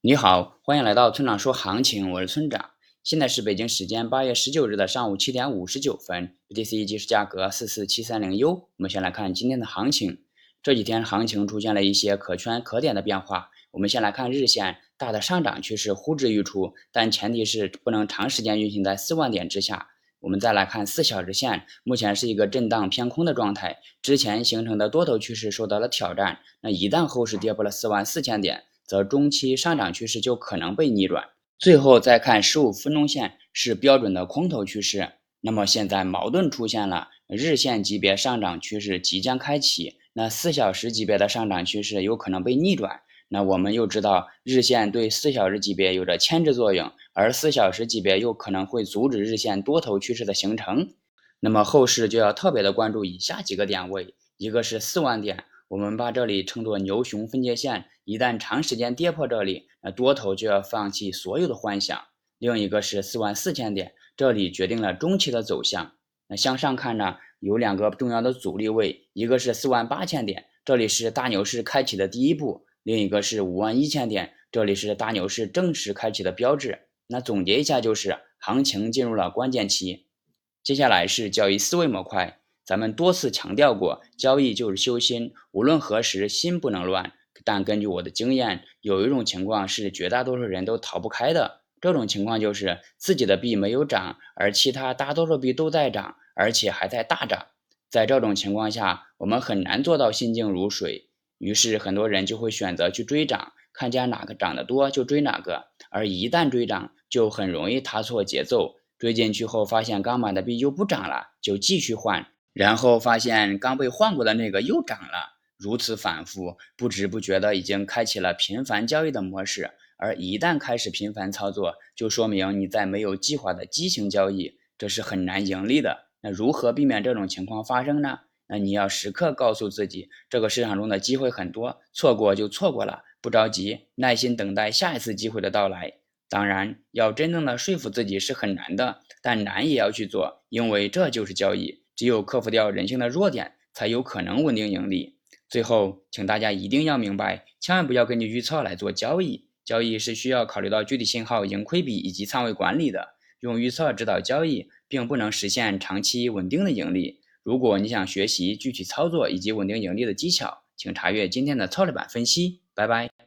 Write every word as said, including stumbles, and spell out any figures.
你好，欢迎来到村长说行情，我是村长。现在是北京时间八月十九日的上午七点五十九分 ，B T C 即时价格四四七三零 U。我们先来看今天的行情。这几天行情出现了一些可圈可点的变化。我们先来看日线，大的上涨趋势呼之欲出，但前提是不能长时间运行在四万点之下。我们再来看四小时线，目前是一个震荡偏空的状态，之前形成的多头趋势受到了挑战。那一旦后市跌破了四万四千点，则中期上涨趋势就可能被逆转。最后再看十五分钟线是标准的空头趋势。那么现在矛盾出现了，日线级别上涨趋势即将开启，那四小时级别的上涨趋势有可能被逆转。那我们又知道日线对四小时级别有着牵制作用，而四小时级别又可能会阻止日线多头趋势的形成。那么后市就要特别的关注以下几个点位，一个是四万点，我们把这里称作牛熊分界线，一旦长时间跌破这里，那多头就要放弃所有的幻想。另一个是四万四千点，这里决定了中期的走向。那向上看呢，有两个重要的阻力位，一个是四万八千点，这里是大牛市开启的第一步，另一个是五万一千点，这里是大牛市正式开启的标志。那总结一下就是行情进入了关键期。接下来是交易思维模块，咱们多次强调过，交易就是修心，无论何时心不能乱。但根据我的经验，有一种情况是绝大多数人都逃不开的，这种情况就是自己的币没有涨，而其他大多数币都在涨，而且还在大涨。在这种情况下，我们很难做到心静如水，于是很多人就会选择去追涨，看见哪个涨得多就追哪个，而一旦追涨，就很容易踏错节奏。追进去后发现刚买的币又不涨了，就继续换，然后发现刚被换过的那个又涨了，如此反复，不知不觉的已经开启了频繁交易的模式。而一旦开始频繁操作，就说明你在没有计划的激情交易，这是很难盈利的。那如何避免这种情况发生呢？那你要时刻告诉自己，这个市场中的机会很多，错过就错过了，不着急，耐心等待下一次机会的到来。当然，要真正的说服自己是很难的，但难也要去做，因为这就是交易。只有克服掉人性的弱点，才有可能稳定盈利。最后，请大家一定要明白，千万不要根据预测来做交易。交易是需要考虑到具体信号、盈亏比以及仓位管理的。用预测指导交易，并不能实现长期稳定的盈利。如果你想学习具体操作以及稳定盈利的技巧，请查阅今天的策略版分析。拜拜。